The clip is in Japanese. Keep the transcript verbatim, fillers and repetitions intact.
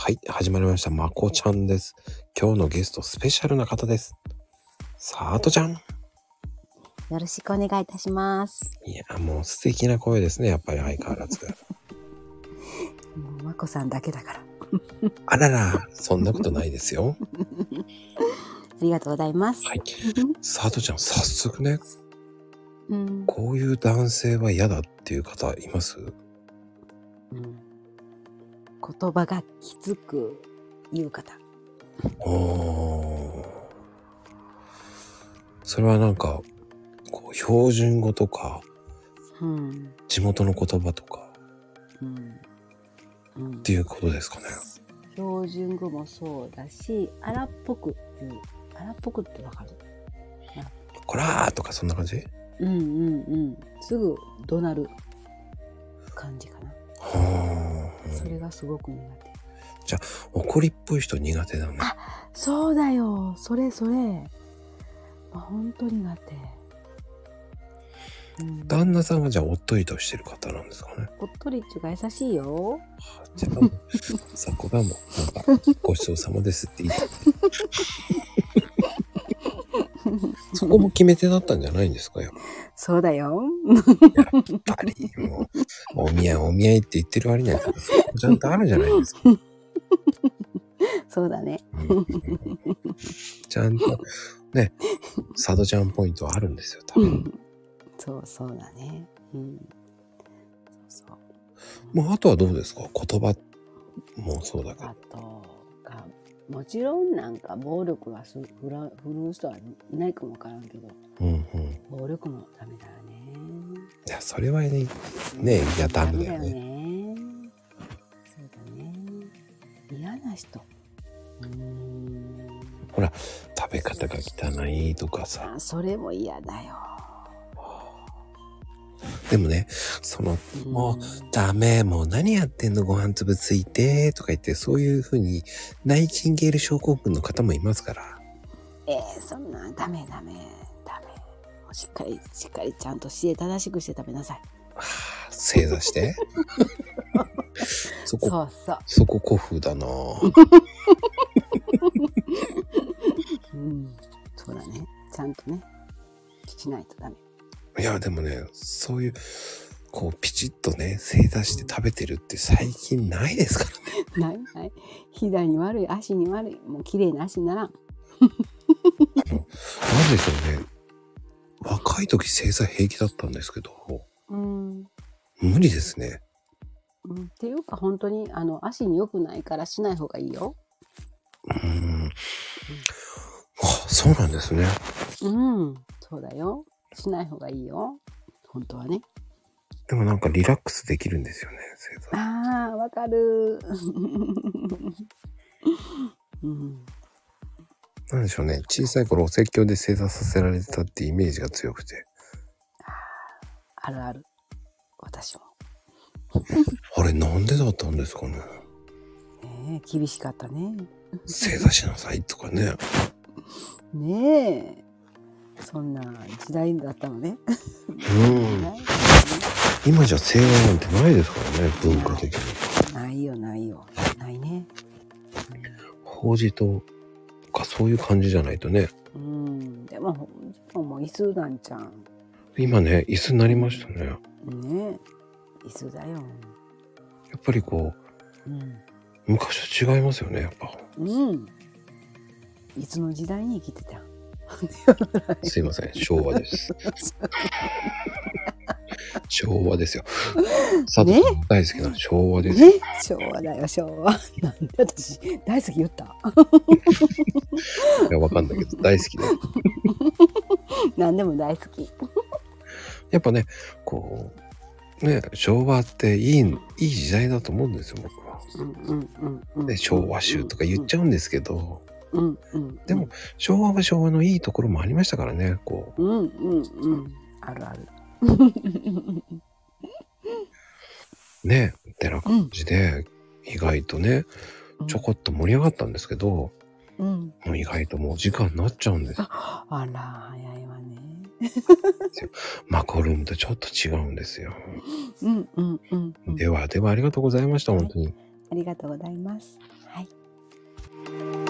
はい、始まりました。まこちゃんです。今日のゲスト、スペシャルな方です。さとちゃん。 よろしくお願いいたします。 いや、もう素敵な声ですね。やっぱり相変わらず。 もうまこさんだけだから。 あらら、そんなことないですよ。 ありがとうございます。 はい。さとちゃん、早速ね、 うん、 こういう男性は嫌だっていう方います？ うん、言葉がきつく言う方。 おー。それはなんか、こう標準語とか、 うん、 地元の言葉とか、 うんうん、 っていうことですかね。 標準語もそうだし、荒っぽく言う。荒っぽくってわかる？ こらーとかそんな感じ？ うんうんうん。すぐ怒鳴る感じかな。 はー。 それがすごく苦手。 じゃあ、怒りっぽい人苦手だね。 あ、そうだよ。それそれ。まあ、本当苦手。うん、 旦那さんはじゃあおっとりとしてる方なんですかね。 おっとりっていうか優しいよ。 じゃあもうそこがもうなんかごちそうさまですって言いたい。そこも決め手だったんじゃないんですかよ。 そうだよ。 やっぱりもうお見合いお見合いって言ってる割にはちゃんとあるじゃないですか。 そうだね。 うんうん、ちゃんとね、佐渡ちゃんポイントはあるんですよ多分。 そうそうだね。うん。そうそう。 まああとはどうですか？言葉もそうだけど。 あとがもちろんなんか暴力がす振ら振るう人はいないかもわからんけど、 うんうん。 暴力もダメだよね。 いやそれはね、ね、いやダメだよね。 ダメだよね。そうだね。嫌な人。うーん。 ほら食べ方が汚いとかさ。 あ、それも嫌だよ。 でもね、その、うん、もうダメ、もう何やってんのご飯粒ついてとか言ってそういう風にナイチンゲール症候群の方もいますから。 えー、そんなダメダメダメ。もうしっかりしっかりちゃんとして正しくして食べなさい。 はあ、正座して。そこそうそう。 そこ古風だな。 うん、そうだね。ちゃんとねしないとダメ。 いやでもね、そういうこうピチッとね正座して食べてるって最近ないですからね。 ないない。膝に悪い、足に悪い、もう綺麗な足にならん。あのなんでしょうね。若い時正座平気だったんですけど、うん、無理ですね。 うん、っていうか本当にあの足に良くないからしない方がいいよ。 うーん。あ、そうなんですね。 うん、そうだよ。しない方がいいよ。本当はね。 でもなんかリラックスできるんですよね、正座。 ああ、わかる。うん、 なんでしょうね。小さい頃お説教で正座させられてたってイメージが強くて。 あるある。私も。 あれなんでだったんですかね。 ねえ、厳しかったね。 正座しなさいとかね。 ねえ。そんな時代だったのね。 うん。今じゃ正座なんてないですからね、文化的に。 ないよないよ。ないね。 法事とかそういう感じじゃないとね。 うん。でももう椅子なんちゃん。 今ね、椅子になりましたね。 ねえ、椅子だよ。 やっぱりこう、うん、昔と違いますよね、やっぱ。 うん。いつの時代に生きてた。 すいません、昭和です。昭和ですよ。佐藤さん大好きな昭和ですよ。 ね、昭和だよ、昭和。なんで私大好き言った？いや、わかんないけど大好きだよ。 何でも大好き。 やっぱね、こうね、昭和っていいいい時代だと思うんですよ、僕は。うんうんうんうん、で、昭和集とか言っちゃうんですけど。うんうんうん、でも昭和は昭和のいいところもありましたからね、こう。うんうんうん。 あるある。 ね、ってな感じで、うん、意外とね、ちょこっと盛り上がったんですけど、うん、もう意外ともう時間になっちゃうんです。 あ, あら、早いわね。 マコルームとちょっと違うんですよ。 うんうんうん、うん。 ではではありがとうございました、本当に。 ありがとうございます。はい。